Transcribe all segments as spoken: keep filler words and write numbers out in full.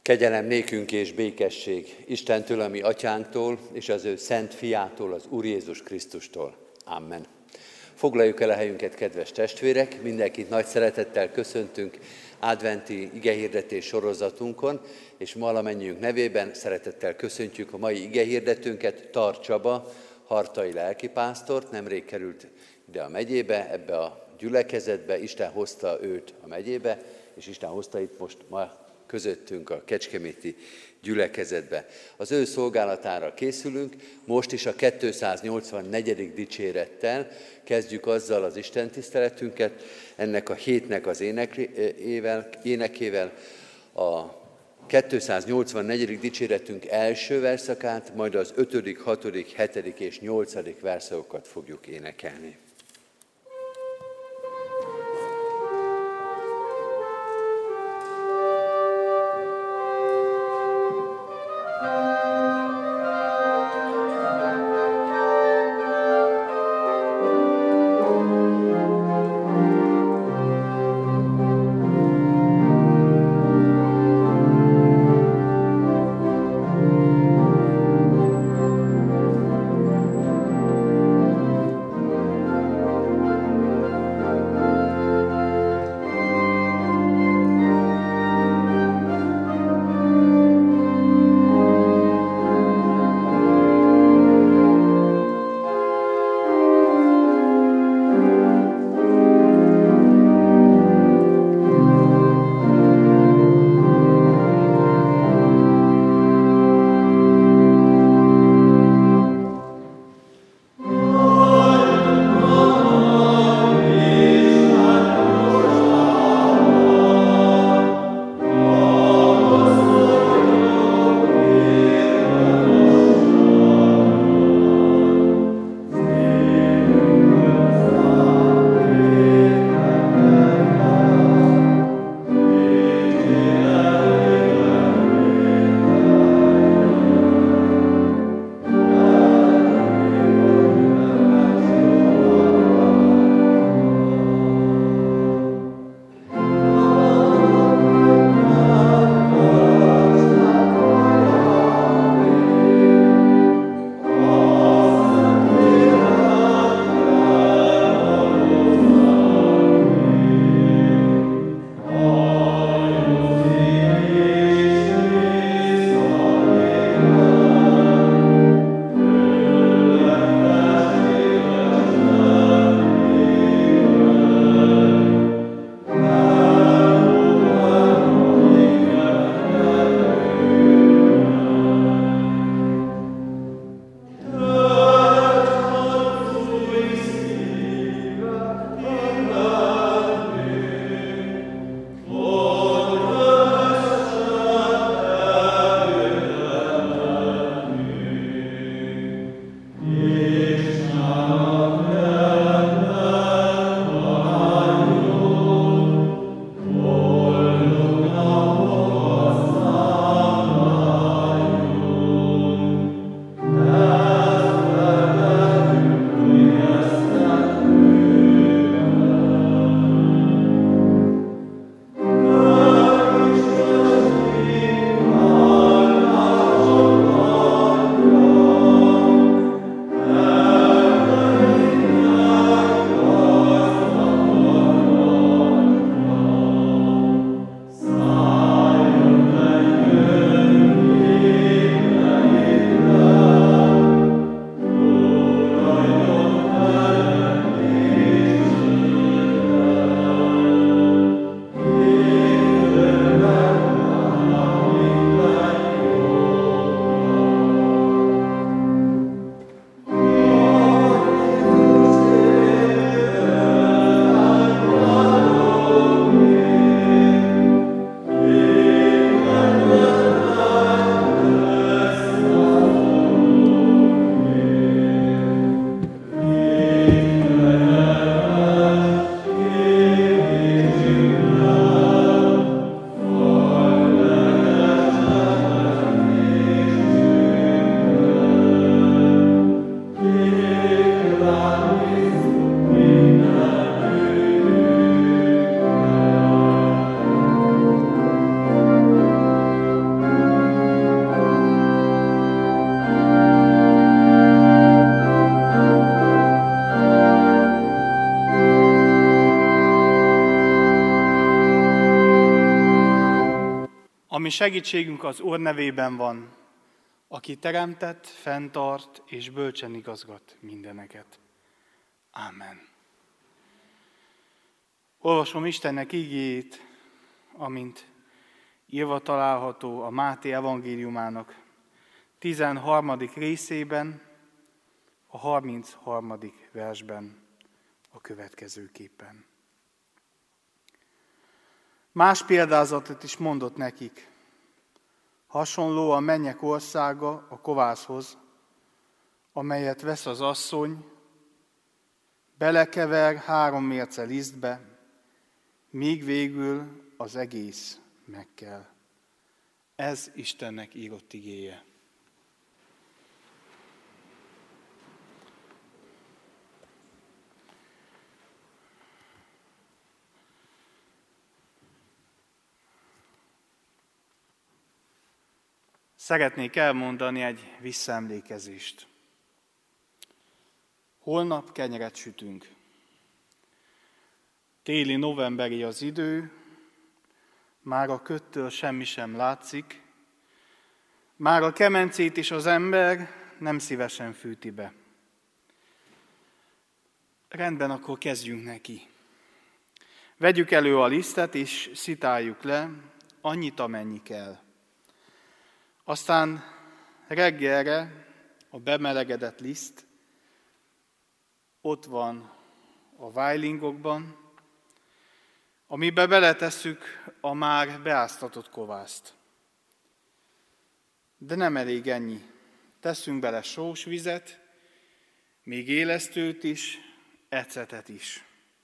Kegyelem nékünk és békesség Istentől, a mi atyánktól, és az ő szent fiától, az Úr Jézus Krisztustól. Amen. Foglaljuk el a helyünket, kedves testvérek, mindenkit nagy szeretettel köszöntünk adventi igehirdetés sorozatunkon, és ma valamennyiünk nevében szeretettel köszöntjük a mai igehirdetőnket, Tar Csaba, hartai lelkipásztort, nemrég került ide a megyébe, ebbe a gyülekezetbe, Isten hozta őt a megyébe, és Isten hozta itt most ma közöttünk a kecskeméti gyülekezetbe. Az ő szolgálatára készülünk, most is a kétszáznyolcvannegyedik dicsérettel kezdjük azzal az istentiszteletünket, ennek a hétnek az énekével, énekével a kétszáznyolcvannegyedik dicséretünk első verszakát, majd az ötödik, hatodik, hetedik és nyolcadik verszakokat fogjuk énekelni. Thank you. Ami segítségünk az Úr nevében van, aki teremtett, fenntart és bölcsen igazgat mindeneket. Ámen. Olvasom Istennek igéjét, amint írva található a Máté evangéliumának tizenharmadik részében, a harmincharmadik versben a következőképpen. Más példázatot is mondott nekik. Hasonló a mennyek országa a kovászhoz, amelyet vesz az asszony, belekever három mérce lisztbe, míg végül az egész megkel. Ez Istennek írott igéje. Szeretnék elmondani egy visszaemlékezést. Holnap kenyeret sütünk. Téli novemberi az idő, már a köttől semmi sem látszik, már a kemencét is az ember nem szívesen fűti be. Rendben, akkor kezdjünk neki. Vegyük elő a lisztet és szitáljuk le, annyit, amennyi kell. Aztán reggelre a bemelegedett liszt ott van a vájlingokban, amiben beletesszük a már beáztatott kovászt. De nem elég ennyi. Teszünk bele sós vizet, még élesztőt is, ecetet is.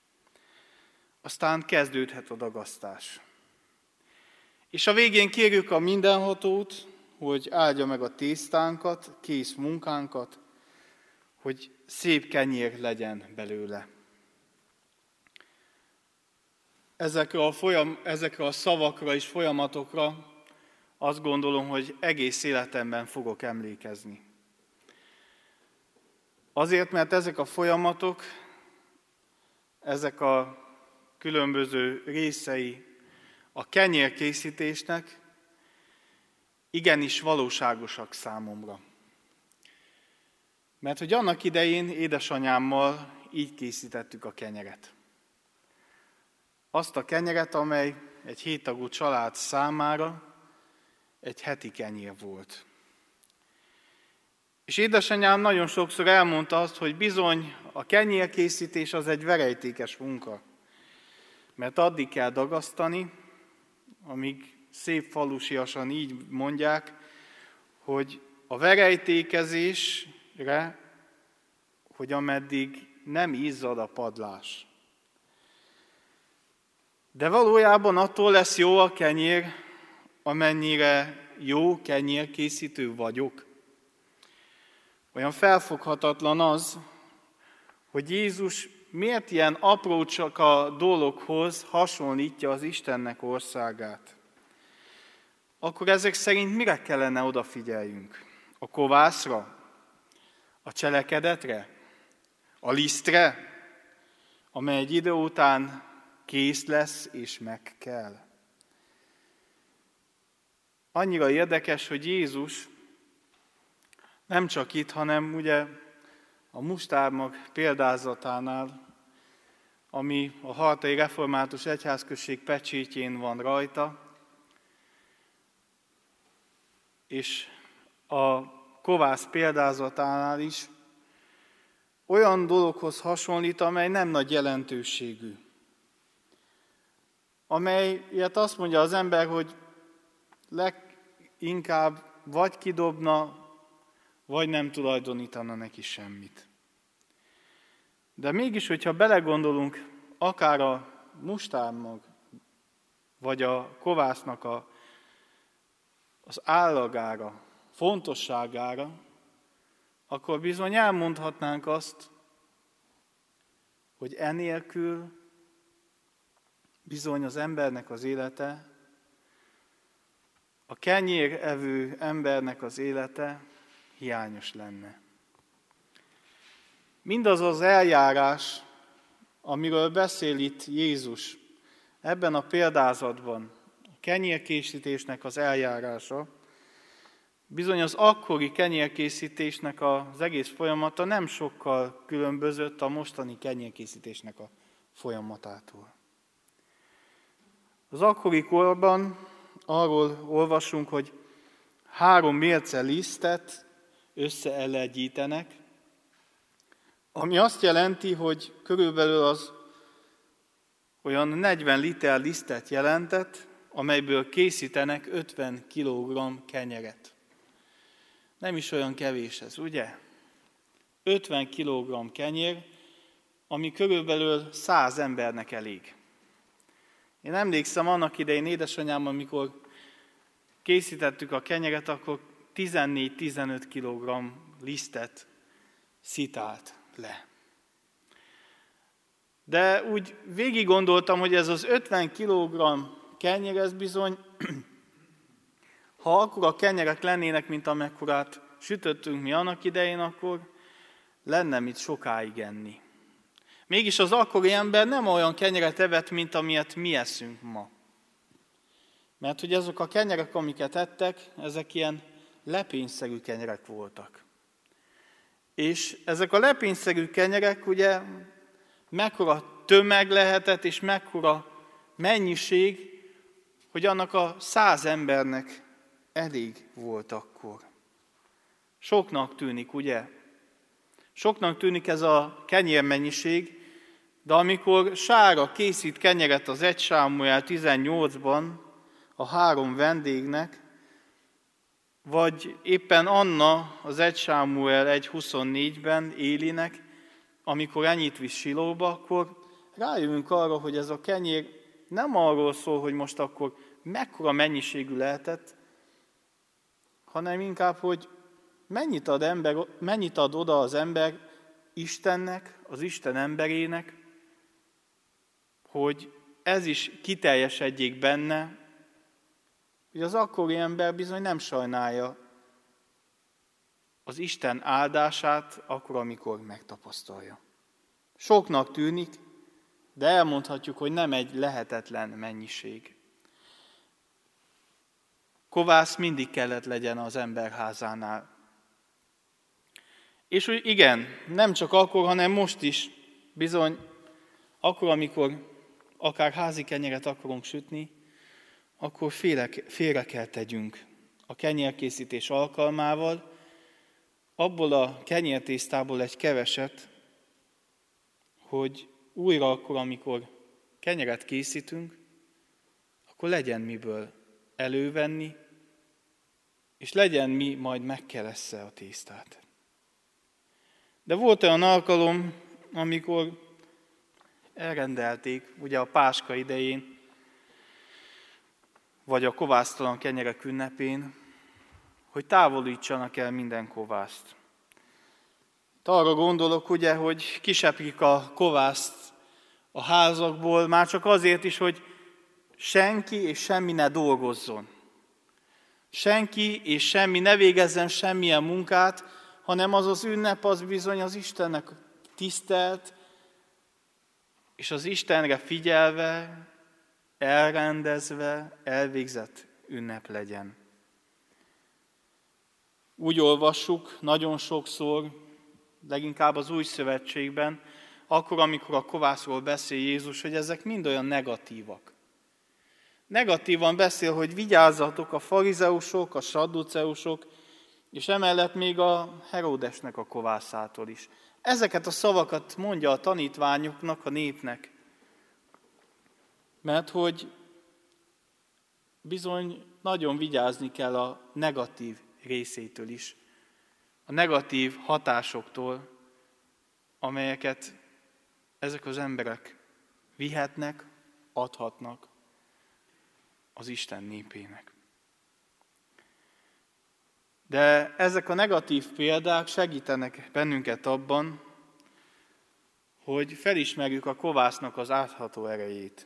Aztán kezdődhet a dagasztás. És a végén kérjük a mindenhatót, hogy áldja meg a tésztánkat, kész munkánkat, hogy szép kenyér legyen belőle. Ezekre a, folyam, ezekre a szavakra és folyamatokra azt gondolom, hogy egész életemben fogok emlékezni. Azért, mert ezek a folyamatok, ezek a különböző részei a kenyérkészítésnek igenis valóságosak számomra. Mert hogy annak idején édesanyámmal így készítettük a kenyeret. Azt a kenyeret, amely egy héttagú család számára egy heti kenyér volt. És édesanyám nagyon sokszor elmondta azt, hogy bizony a kenyérkészítés az egy verejtékes munka. Mert addig kell dagasztani, amíg szép falusiasan így mondják, hogy a verejtékezésre, hogy ameddig nem izzad a padlás. De valójában attól lesz jó a kenyér, amennyire jó kenyérkészítő vagyok. Olyan felfoghatatlan az, hogy Jézus miért ilyen aprócsak a dologhoz hasonlítja az Istennek országát. Akkor ezek szerint mire kellene odafigyeljünk? A kovászra? A cselekedetre? A lisztre? Amely egy idő után kész lesz és meg kell. Annyira érdekes, hogy Jézus nem csak itt, hanem ugye a mustármag példázatánál, ami a Hartai Református Egyházközség pecsétjén van rajta, és a kovász példázatánál is olyan dologhoz hasonlít, amely nem nagy jelentőségű. Amelyet azt mondja az ember, hogy leginkább vagy kidobna, vagy nem tulajdonítana neki semmit. De mégis, hogyha belegondolunk, akár a mustármag, vagy a kovásznak a, az állagára, fontosságára, akkor bizony elmondhatnánk azt, hogy enélkül bizony az embernek az élete, a kenyérevő embernek az élete hiányos lenne. Mindaz az eljárás, amiről beszél itt Jézus ebben a példázatban, a kenyérkészítésnek az eljárása. Bizony az akkori kenyérkészítésnek az egész folyamata nem sokkal különbözött a mostani kenyérkészítésnek a folyamatától. Az akkori korban arról olvasunk, hogy három mérce lisztet összeelegyítenek, ami azt jelenti, hogy körülbelül az olyan negyven liter lisztet jelentett, amelyből készítenek ötven kilogramm kenyeret. Nem is olyan kevés ez, ugye? ötven kilogramm kenyér, ami körülbelül száz embernek elég. Én emlékszem annak idején édesanyám, amikor készítettük a kenyeret, akkor tizennégy-tizenöt kilogramm lisztet szitált le. De úgy végig gondoltam, hogy ez az ötven kilogramm kenyér, ez bizony, ha akkora kenyerek lennének, mint amekkorát sütöttünk mi annak idején, akkor lenne mit sokáig enni. Mégis az akkori ember nem olyan kenyeret evett, mint amilyet mi eszünk ma. Mert hogy azok a kenyerek, amiket ettek, ezek ilyen lepényszerű kenyerek voltak. És ezek a lepényszerű kenyerek, ugye, mekkora tömeg lehetett, és mekkora mennyiség, hogy annak a száz embernek elég volt akkor. Soknak tűnik, ugye? Soknak tűnik ez a kenyérmennyiség, de amikor Sára készít kenyeret az egy Sámuel tizennyolcban a három vendégnek, vagy éppen Anna az egy Sámuel egy huszonnégyben Élinek, amikor ennyit visz Silóba, akkor rájövünk arra, hogy ez a kenyér nem arról szól, hogy most akkor mekkora mennyiségű lehetett, hanem inkább, hogy mennyit ad, ember, mennyit ad oda az ember Istennek, az Isten emberének, hogy ez is kiteljesedjék benne, hogy az akkori ember bizony nem sajnálja az Isten áldását akkor, amikor megtapasztalja. Soknak tűnik, de elmondhatjuk, hogy nem egy lehetetlen mennyiség. Kovász mindig kellett legyen az ember házánál. És úgy igen, nem csak akkor, hanem most is bizony, akkor, amikor akár házi kenyeret akarunk sütni, akkor félre, félre kell tegyünk a kenyérkészítés alkalmával, abból a kenyértésztából egy keveset, hogy újra akkor, amikor kenyeret készítünk, akkor legyen miből elővenni, és legyen mi majd megkelessze a tésztát. De volt olyan alkalom, amikor elrendelték, ugye a Páska idején, vagy a kovásztalan kenyerek ünnepén, hogy távolítsanak el minden kovászt. Itt arra gondolok, ugye, hogy kiseprik a kovászt a házakból, már csak azért is, hogy senki és semmi ne dolgozzon. Senki és semmi ne végezzen semmilyen munkát, hanem az az ünnep, az bizony az Istennek tisztelt, és az Istenre figyelve, elrendezve, elvégzett ünnep legyen. Úgy olvassuk nagyon sokszor, leginkább az Új Szövetségben, akkor, amikor a kovászról beszél Jézus, hogy ezek mind olyan negatívak. Negatívan beszél, hogy vigyázzatok a farizeusok, a sadduceusok, és emellett még a Heródesnek a kovászától is. Ezeket a szavakat mondja a tanítványoknak, a népnek. Mert hogy bizony nagyon vigyázni kell a negatív részétől is. A negatív hatásoktól, amelyeket ezek az emberek vihetnek, adhatnak az Isten népének. De ezek a negatív példák segítenek bennünket abban, hogy felismerjük a kovásznak az átható erejét.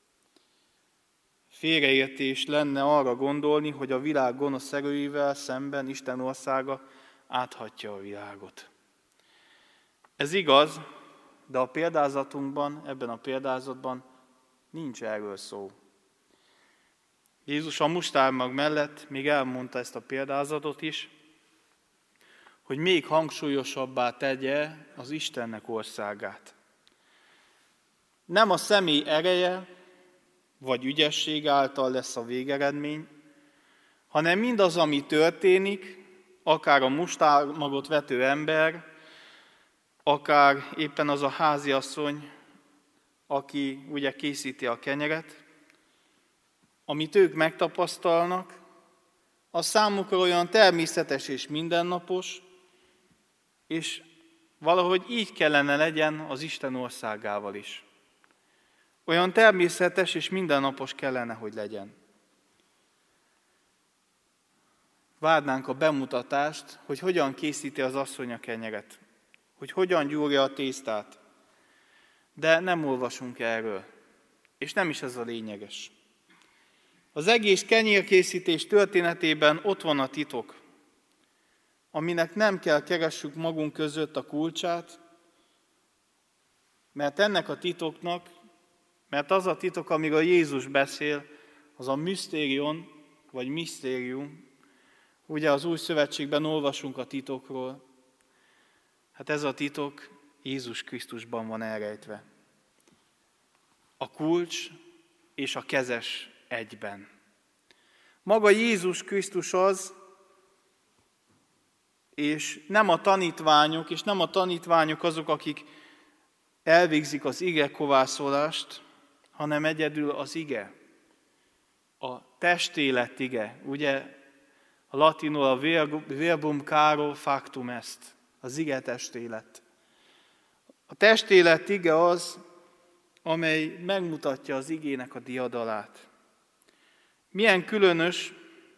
Félreértés lenne arra gondolni, hogy a világ gonosz erőivel szemben Isten országa áthatja a világot. Ez igaz, de a példázatunkban, ebben a példázatban nincs erről szó. Jézus a mustármag mellett még elmondta ezt a példázatot is, hogy még hangsúlyosabbá tegye az Istennek országát. Nem a személy ereje vagy ügyesség által lesz a végeredmény, hanem mindaz, ami történik, akár a mustármagot vető ember, akár éppen az a háziasszony, aki ugye készíti a kenyeret, amit ők megtapasztalnak, az számukra olyan természetes és mindennapos, és valahogy így kellene legyen az Isten országával is. Olyan természetes és mindennapos kellene, hogy legyen. Várnánk a bemutatást, hogy hogyan készíti az asszony a kenyeret, hogy hogyan gyúrja a tésztát, de nem olvasunk erről, és nem is ez a lényeges. Az egész kenyérkészítés történetében ott van a titok, aminek nem kell keressük magunk között a kulcsát, mert ennek a titoknak, mert az a titok, amiről Jézus beszél, az a misztérion, vagy misztérium. Ugye az Új Szövetségben olvasunk a titokról. Hát ez a titok Jézus Krisztusban van elrejtve. A kulcs és a kezes egyben. Maga Jézus Krisztus az, és nem a tanítványok, és nem a tanítványok azok, akik elvégzik az ige kovászolást, hanem egyedül az ige. A testélet ige, ugye a latinul a verbum caro factum est, az ige testélet. A testélet ige az, amely megmutatja az igének a diadalát. Milyen különös,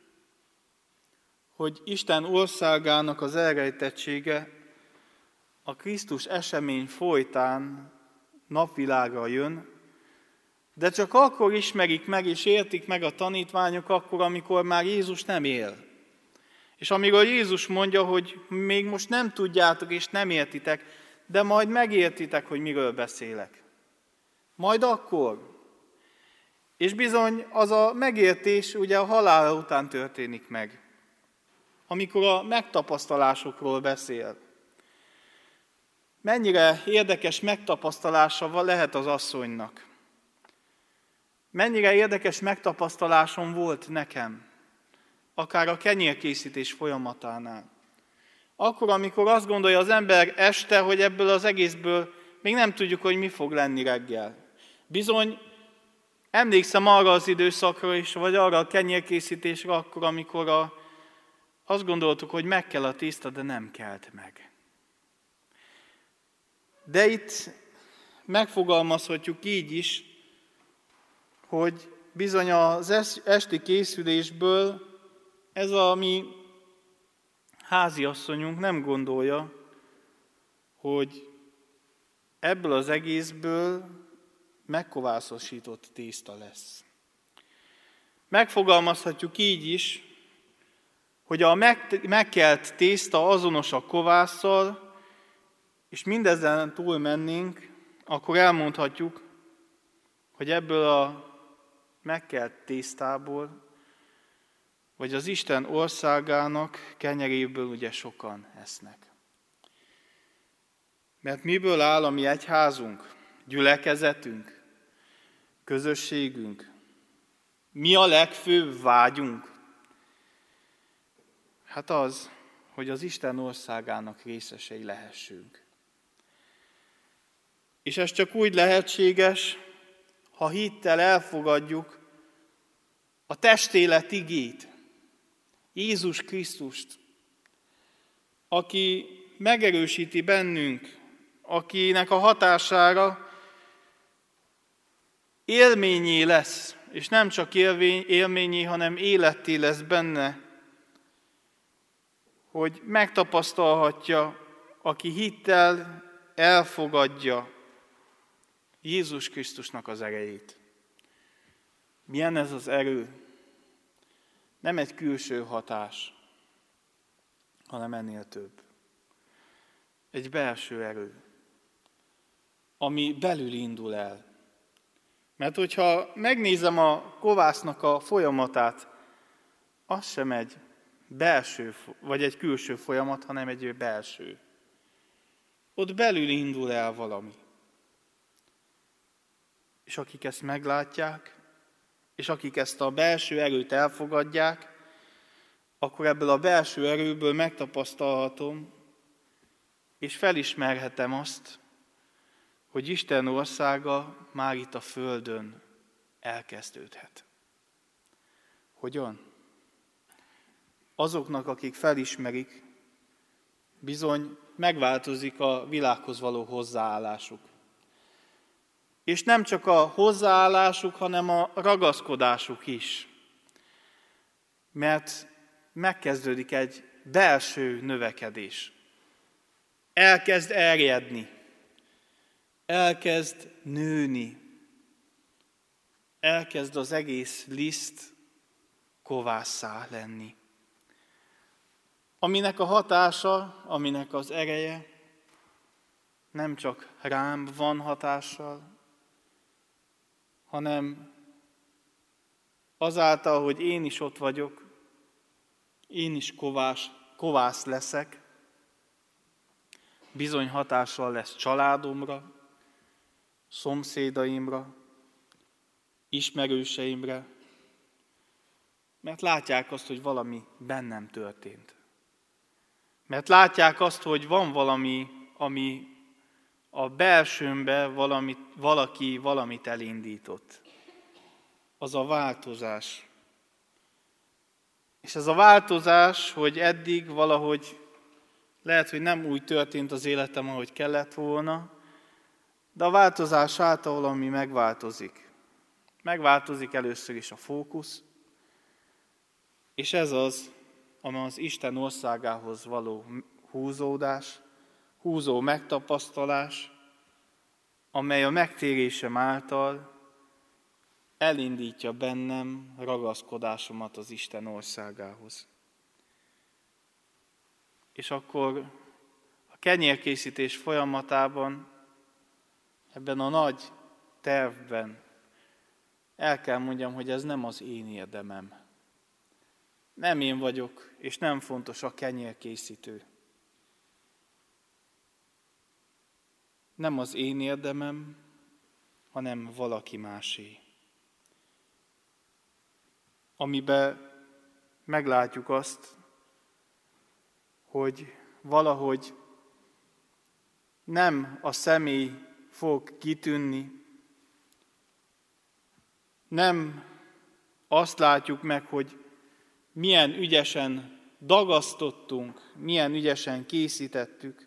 hogy Isten országának az elrejtettsége a Krisztus esemény folytán napvilágra jön, de csak akkor ismerik meg és értik meg a tanítványok akkor, amikor már Jézus nem él. És amiről Jézus mondja, hogy még most nem tudjátok és nem értitek, de majd megértitek, hogy miről beszélek. Majd akkor. És bizony az a megértés ugye a halála után történik meg, amikor a megtapasztalásokról beszél. Mennyire érdekes megtapasztalása lehet az asszonynak. Mennyire érdekes megtapasztalásom volt nekem, akár a kenyérkészítés folyamatánál. Akkor, amikor azt gondolja az ember este, hogy ebből az egészből még nem tudjuk, hogy mi fog lenni reggel. Bizony, emlékszem arra az időszakra is, vagy arra a kenyérkészítésre akkor, amikor a, azt gondoltuk, hogy meg kell a tészta, de nem kelt meg. De itt megfogalmazhatjuk így is, hogy bizony az esti készülésből ez a mi háziasszonyunk nem gondolja, hogy ebből az egészből megkovászosított tészta lesz. Megfogalmazhatjuk így is, hogy a megkelt tészta azonos a kovásszal, és mindezen túl mennénk, akkor elmondhatjuk, hogy ebből a megkelt tésztából, vagy az Isten országának kenyeréből ugye sokan esznek. Mert miből áll a mi egyházunk, gyülekezetünk, közösségünk? Mi a legfőbb vágyunk? Hát az, hogy az Isten országának részesei lehessünk. És ez csak úgy lehetséges, ha hittel elfogadjuk a testélet igét, Jézus Krisztust, aki megerősíti bennünk, akinek a hatására élményé lesz, és nem csak élmény, élményé, hanem életté lesz benne, hogy megtapasztalhatja, aki hittel elfogadja Jézus Krisztusnak az erejét. Milyen ez az erő? Nem egy külső hatás, hanem ennél több. Egy belső erő, ami belül indul el. Mert hogyha megnézem a kovásznak a folyamatát, az sem egy belső, vagy egy külső folyamat, hanem egy belső. Ott belül indul el valami. És akik ezt meglátják, és akik ezt a belső erőt elfogadják, akkor ebből a belső erőből megtapasztalhatom, és felismerhetem azt, hogy Isten országa már itt a földön elkezdődhet. Hogyan? Azoknak, akik felismerik, bizony megváltozik a világhoz való hozzáállásuk. És nem csak a hozzáállásuk, hanem a ragaszkodásuk is. Mert megkezdődik egy belső növekedés. Elkezd erjedni. Elkezd nőni. Elkezd az egész liszt kovásszá lenni. Aminek a hatása, aminek az ereje nem csak rám van hatással, hanem azáltal, hogy én is ott vagyok, én is kovás, kovász leszek, bizony hatással lesz családomra, szomszédaimra, ismerőseimre, mert látják azt, hogy valami bennem történt. Mert látják azt, hogy van valami, ami a belsőmbe valamit, valaki valamit elindított. Az a változás. És ez a változás, hogy eddig valahogy lehet, hogy nem úgy történt az életem, ahogy kellett volna, de a változás által valami megváltozik. Megváltozik először is a fókusz, és ez az, ami az Isten országához való húzódás, húzó megtapasztalás, amely a megtérésem által elindítja bennem ragaszkodásomat az Isten országához. És akkor a kenyérkészítés folyamatában, ebben a nagy tervben el kell mondjam, hogy ez nem az én érdemem. Nem én vagyok, és nem fontos a kenyérkészítő. Nem az én érdemem, hanem valaki másé. Amiben meglátjuk azt, hogy valahogy nem a személy fog kitűnni, nem azt látjuk meg, hogy milyen ügyesen dagasztottunk, milyen ügyesen készítettük,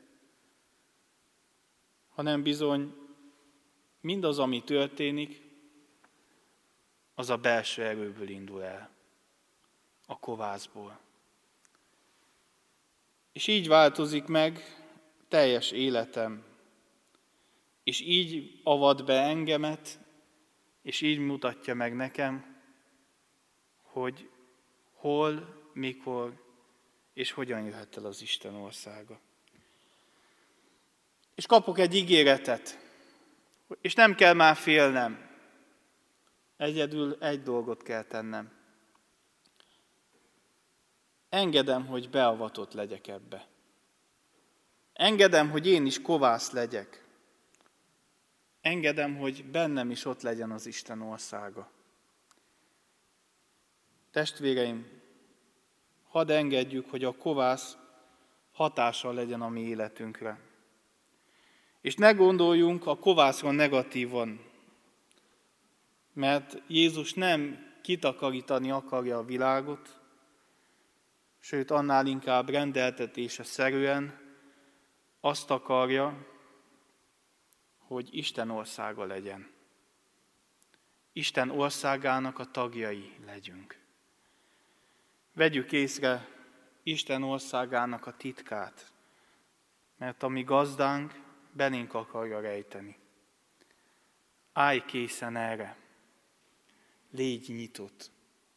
hanem bizony mindaz, ami történik, az a belső erőből indul el, a kovászból. És így változik meg teljes életem, és így avat be engemet, és így mutatja meg nekem, hogy hol, mikor és hogyan jöhet el az Isten országa. És kapok egy ígéretet, és nem kell már félnem. Egyedül egy dolgot kell tennem. Engedem, hogy beavatott legyek ebbe. Engedem, hogy én is kovász legyek. Engedem, hogy bennem is ott legyen az Isten országa. Testvéreim, hadd engedjük, hogy a kovász hatással legyen a mi életünkre. És ne gondoljunk a kovászra negatívan, mert Jézus nem kitakarítani akarja a világot, sőt annál inkább rendeltetése szerűen azt akarja, hogy Isten országa legyen. Isten országának a tagjai legyünk. Vegyük észre Isten országának a titkát, mert a mi gazdánk belénk akarja rejteni. Állj készen erre, légy nyitott.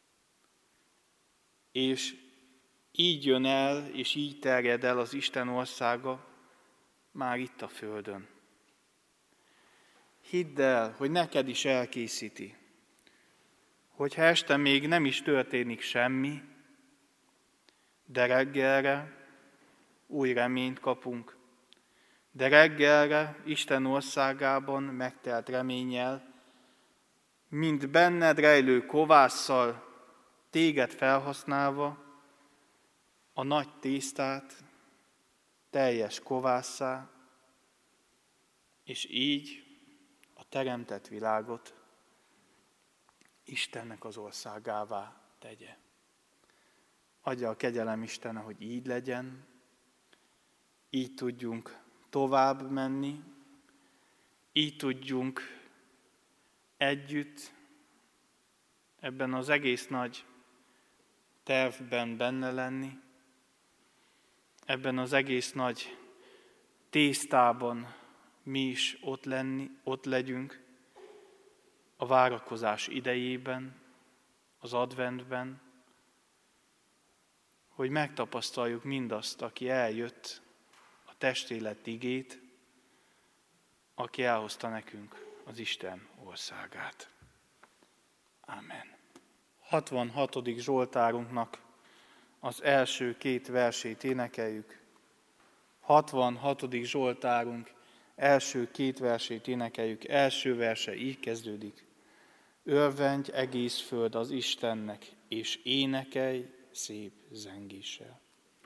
És így jön el, és így terjed el az Isten országa már itt a földön. hidd el, hogy neked is elkészíti. Hogyha este még nem is történik semmi, de reggelre új reményt kapunk. De reggelre Isten országában megtelt reménnyel, mint benned rejlő kovásszal, téged felhasználva, a nagy tésztát teljes kovásszá, és így a teremtett világot Istennek az országává tegye. Adja a kegyelem Istene, hogy így legyen, így tudjunk tovább menni, így tudjunk együtt ebben az egész nagy tervben benne lenni, ebben az egész nagy tésztában mi is ott lenni, ott legyünk a várakozás idejében, az adventben, hogy megtapasztaljuk mindazt, aki eljött a testélet igét, aki elhozta nekünk az Isten országát. Ámen. hatvanhatodik Zsoltárunknak az első két versét énekeljük. hatvanhatodik Zsoltárunk első két versét énekeljük. Első verse így kezdődik. Örvendj egész föld az Istennek, és énekelj szép zengéssel.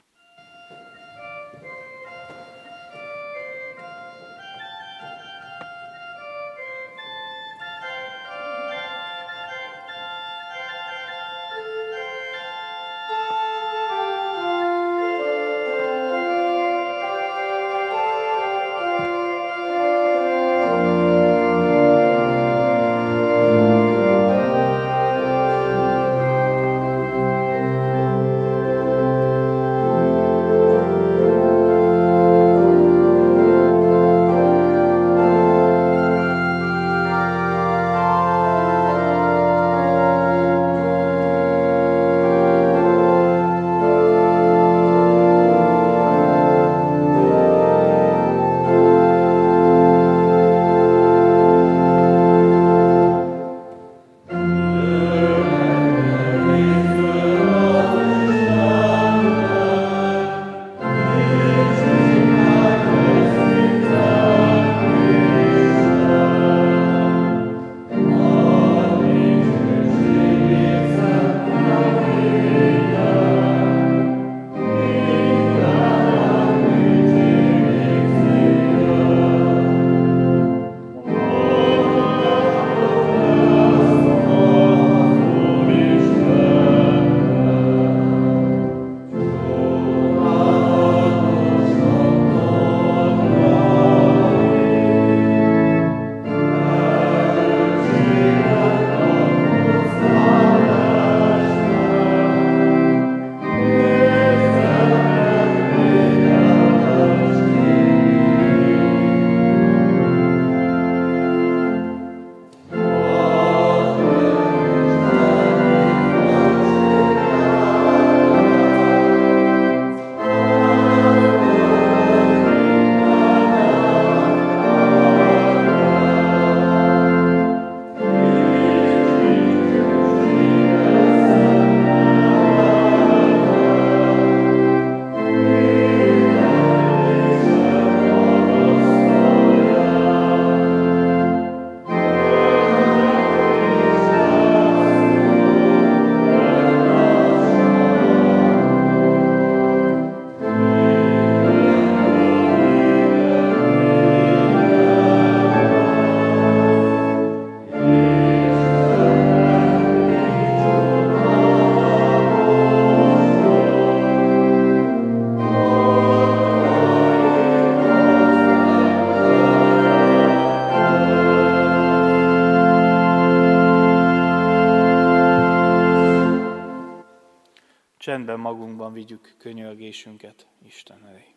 Csendben magunkban vigyük könyörgésünket Isten elé.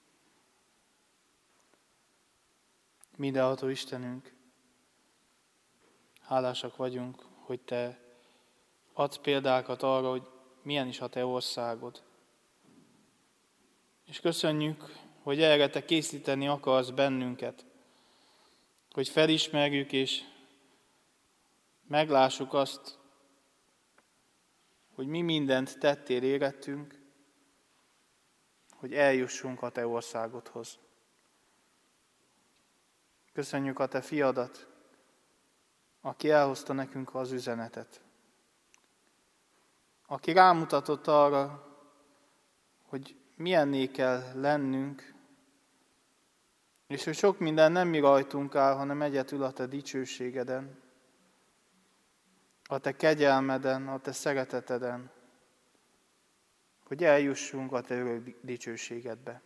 Mindenható Istenünk, hálásak vagyunk, hogy Te adsz példákat arra, hogy milyen is a Te országod. És köszönjük, hogy erre Te készíteni akarsz bennünket, hogy felismerjük és meglássuk azt, hogy mi mindent tettél érettünk, hogy eljussunk a Te országodhoz. Köszönjük a Te fiadat, aki elhozta nekünk az üzenetet. Aki rámutatott arra, hogy milyenné kell lennünk, és hogy sok minden nem mi rajtunk áll, hanem egyedül a Te dicsőségeden, a Te kegyelmeden, a Te szereteteden, hogy eljussunk a Te örök dicsőségedbe.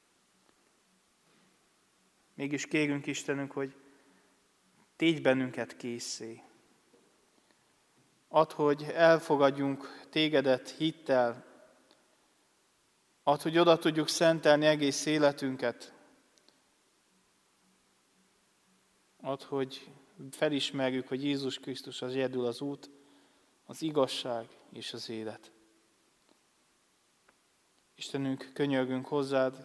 Mégis kérünk Istenünk, hogy tégy bennünket készé. Add, hogy elfogadjunk Tégedet hittel, add, hogy oda tudjuk szentelni egész életünket, add, hogy felismerjük, hogy Jézus Krisztus az egyedül az út, az igazság és az élet. Istenünk, könyörgünk hozzád,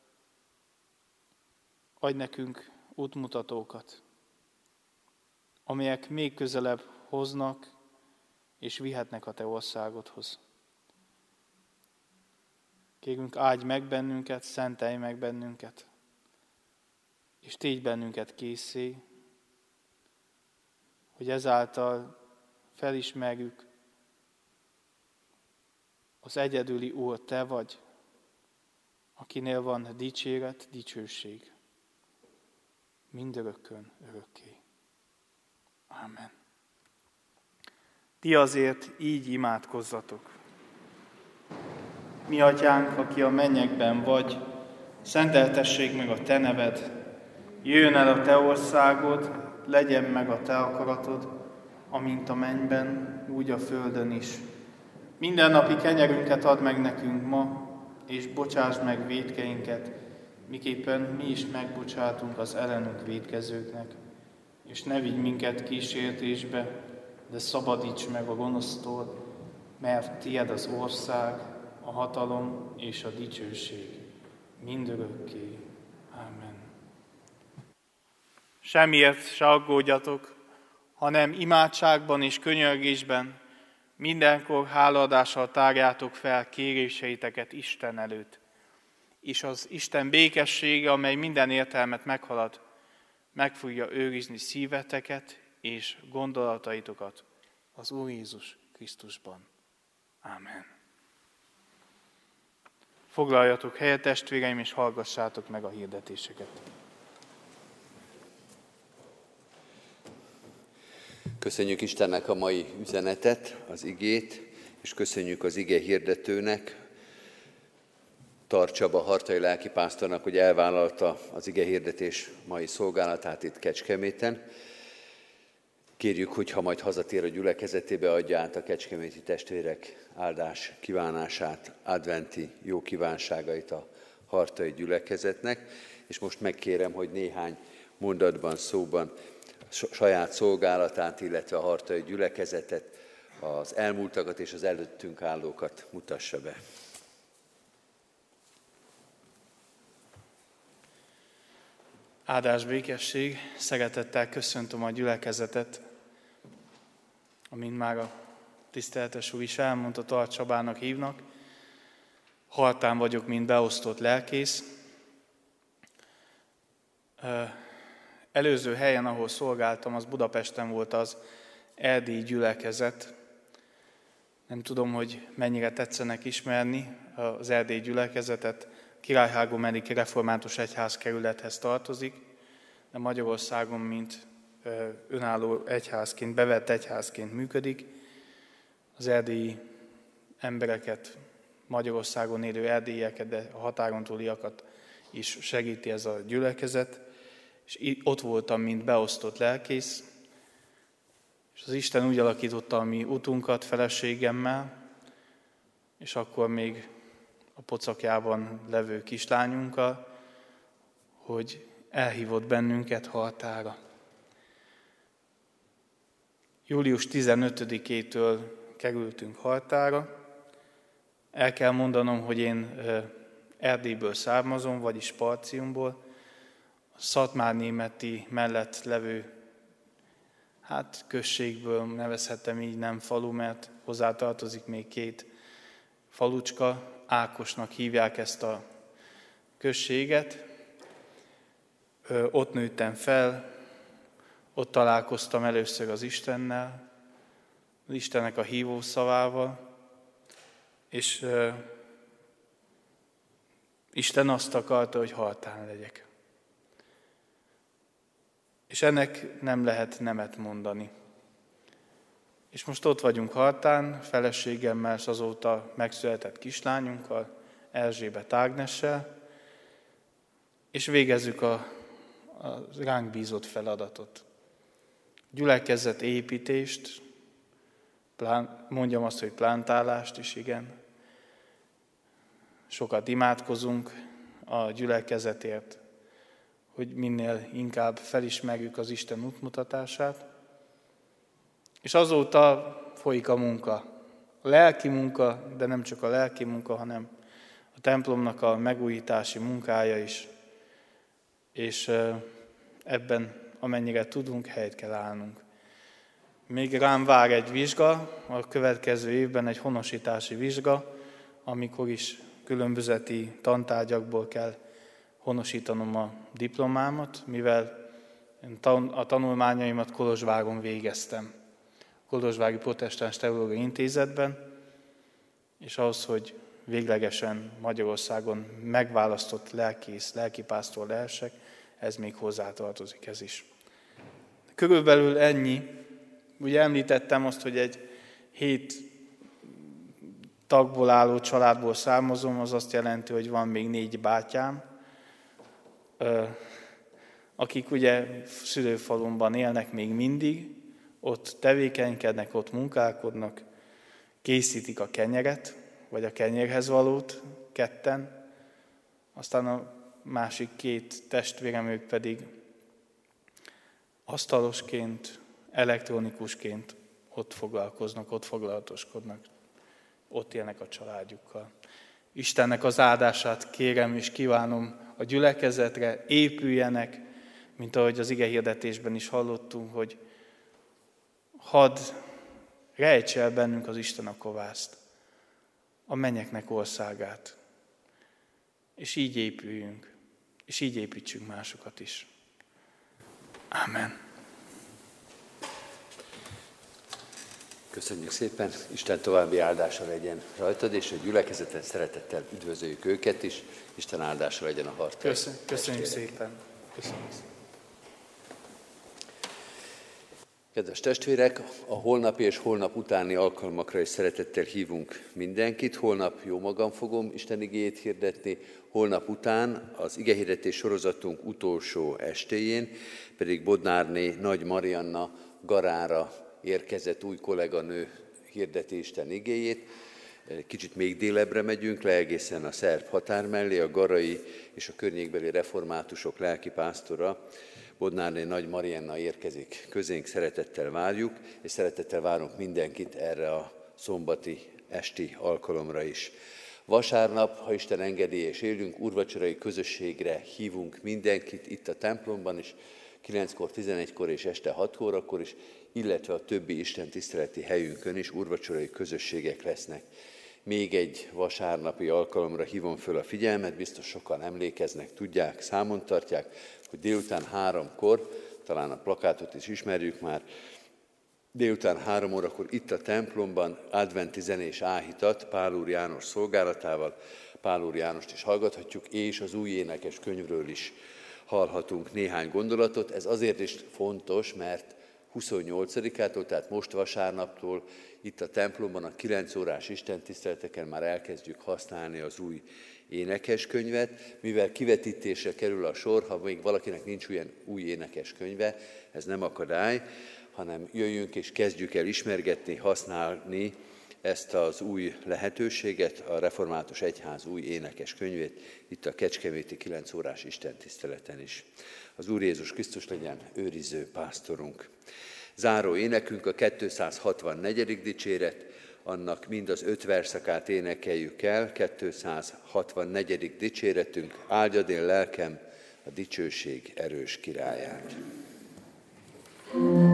adj nekünk útmutatókat, amelyek még közelebb hoznak és vihetnek a Te országodhoz. Kérünk, áldj meg bennünket, szentelj meg bennünket, és tégy bennünket készé, hogy ezáltal felismerjük, az egyedüli Úr Te vagy, akinél van dicséret, dicsőség, mindörökkön örökké. Amen. Ti azért így imádkozzatok. Mi atyánk, aki a mennyekben vagy, szenteltessék meg a Te neved, jöjjön el a Te országod, legyen meg a Te akaratod, amint a mennyben, úgy a földön is. Mindennapi kenyerünket add meg nekünk ma, és bocsásd meg vétkeinket, miképpen mi is megbocsátunk az ellenünk vétkezőknek. És ne vigy minket kísértésbe, de szabadíts meg a gonosztól, mert tied az ország, a hatalom és a dicsőség mindörökké. Amen. Semmiért se aggódjatok, hanem imádságban és könyörgésben mindenkor hálaadással tárjátok fel kéréseiteket Isten előtt. És az Isten békessége, amely minden értelmet meghalad, meg fogja őrizni szíveteket és gondolataitokat az Úr Jézus Krisztusban. Ámen. Foglaljatok helyet, testvéreim, és hallgassátok meg a hirdetéseket. Köszönjük Istennek a mai üzenetet, az igét, és köszönjük az ige hirdetőnek, Tar Csaba hartai lelkipásztornak, hogy elvállalta az ige hirdetés mai szolgálatát itt Kecskeméten. Kérjük, hogy ha majd hazatér a gyülekezetébe, adja át a kecskeméti testvérek áldás kívánását, adventi jó kívánságait a hartai gyülekezetnek. És most megkérem, hogy néhány mondatban, szóban saját szolgálatát, illetve a hartai gyülekezetet, az elmúltakat és az előttünk állókat mutassa be. Áldás, békesség, szeretettel köszöntöm a gyülekezetet, amint már a tiszteletes úr is elmondta, Tar Csabának hívnak. Haltán vagyok, mint beosztott lelkész. Előző helyen, ahol szolgáltam, az Budapesten volt az erdélyi gyülekezet. Nem tudom, hogy mennyire tetszenek ismerni az erdélyi gyülekezetet. Királyhágó-Meliki Református Egyházkerülethez tartozik, de Magyarországon, mint önálló egyházként, bevett egyházként működik. Az erdélyi embereket, Magyarországon élő erdélyieket, de a határon túliakat is segíti ez a gyülekezet. És ott voltam, mint beosztott lelkész, és az Isten úgy alakította a mi utunkat feleségemmel, és akkor még a pocakjában levő kislányunkkal, hogy elhívott bennünket Haltára. július tizenötödikétől kerültünk Haltára. El kell mondanom, hogy én Erdélyből származom, vagyis Sparciumból. Szatmárnémeti mellett levő, hát községből nevezhetem így, nem falu, mert hozzátartozik még két falucska, Ákosnak hívják ezt a községet. Ö, ott nőttem fel, ott találkoztam először az Istennel, az Istennek a hívó szavával, és ö, Isten azt akarta, hogy haltán legyek. És ennek nem lehet nemet mondani. És most ott vagyunk Haltán, feleségemmel, és azóta megszületett kislányunkkal, Erzsébet Ágnessel, és végezzük a, a ránk bízott feladatot. Gyülekezet építést, plán, mondjam azt, hogy plántálást is, igen. Sokat imádkozunk a gyülekezetért, hogy minél inkább felismerjük az Isten útmutatását. És azóta folyik a munka. A lelki munka, de nem csak a lelki munka, hanem a templomnak a megújítási munkája is. És ebben, amennyire tudunk, helyt kell állnunk. Még rám vár egy vizsga, a következő évben egy honosítási vizsga, amikor is különbözeti tantárgyakból kell honosítanom a diplomámat, mivel a tanulmányaimat Kolozsváron végeztem. Kolozsvári Protestáns Teológiai Intézetben, és ahhoz, hogy véglegesen Magyarországon megválasztott lelkész, lelkipásztor lehessek, ez még hozzátartozik, ez is. Körülbelül ennyi. Ugye említettem azt, hogy egy hét tagból álló családból származom, az azt jelenti, hogy van még négy bátyám, akik ugye szülőfalumban élnek még mindig, ott tevékenykednek, ott munkálkodnak, készítik a kenyeret, vagy a kenyérhez valót ketten, aztán a másik két testvérem, ők pedig asztalosként, elektronikusként ott foglalkoznak, ott foglalatoskodnak, ott élnek a családjukkal. Istennek az áldását kérem és kívánom a gyülekezetre, épüljenek, mint ahogy az igehirdetésben is hallottunk, hogy hadd rejtse el bennünk az Isten a kovászt, a mennyeknek országát, és így épüljünk, és így építsünk másokat is. Ámen. Köszönjük szépen, Isten további áldása legyen rajtad, és a gyülekezeten szeretettel üdvözöljük őket is. Isten áldása legyen a harcra. Köszön, köszönjük szépen. Köszönjük szépen. Kedves testvérek, a holnapi és holnap utáni alkalmakra is szeretettel hívunk mindenkit. Holnap jó magam fogom Isten igéjét hirdetni, holnap után az igehirdetés sorozatunk utolsó estéjén pedig Bodnárné Nagy Marianna Garára érkezett új kolléganő hirdeti Isten igéjét. Kicsit még délebbre megyünk le, egészen a szerb határ mellé, a garai és a környékbeli reformátusok lelkipásztora, Bodnárné Nagy Marianna érkezik közénk, szeretettel várjuk, és szeretettel várunk mindenkit erre a szombati esti alkalomra is. Vasárnap, ha Isten engedi és élünk, úrvacsorai közösségre hívunk mindenkit itt a templomban is, kilenckor, tizenegykor és este hat órakor is, illetve a többi Isten tiszteleti helyünkön is úrvacsorai közösségek lesznek. Még egy vasárnapi alkalomra hívom föl a figyelmet, biztos sokan emlékeznek, tudják, számon tartják, hogy délután háromkor, talán a plakátot is ismerjük már, délután három órakor itt a templomban adventi zenés áhítat Pál úr János szolgálatával, Pál úr Jánost is hallgathatjuk, és az új énekes könyvről is hallhatunk néhány gondolatot. Ez azért is fontos, mert huszonnyolcadikától, tehát most vasárnaptól itt a templomban a kilenc órás istentiszteleteken már elkezdjük használni az új énekeskönyvet, mivel kivetítésre kerül a sor, ha még valakinek nincs olyan új énekeskönyve, ez nem akadály, hanem jöjjünk és kezdjük el ismergetni, használni ezt az új lehetőséget, a Református Egyház új énekeskönyvét, itt a kecskeméti kilenc órás istentiszteleten is. Az Úr Jézus Krisztus legyen őriző pásztorunk. Záró énekünk a kétszázhatvannegyedik dicséret, annak mind az öt verszakát énekeljük el, kétszázhatvannegyedik dicséretünk, áldjad én lelkem a dicsőség erős királyát.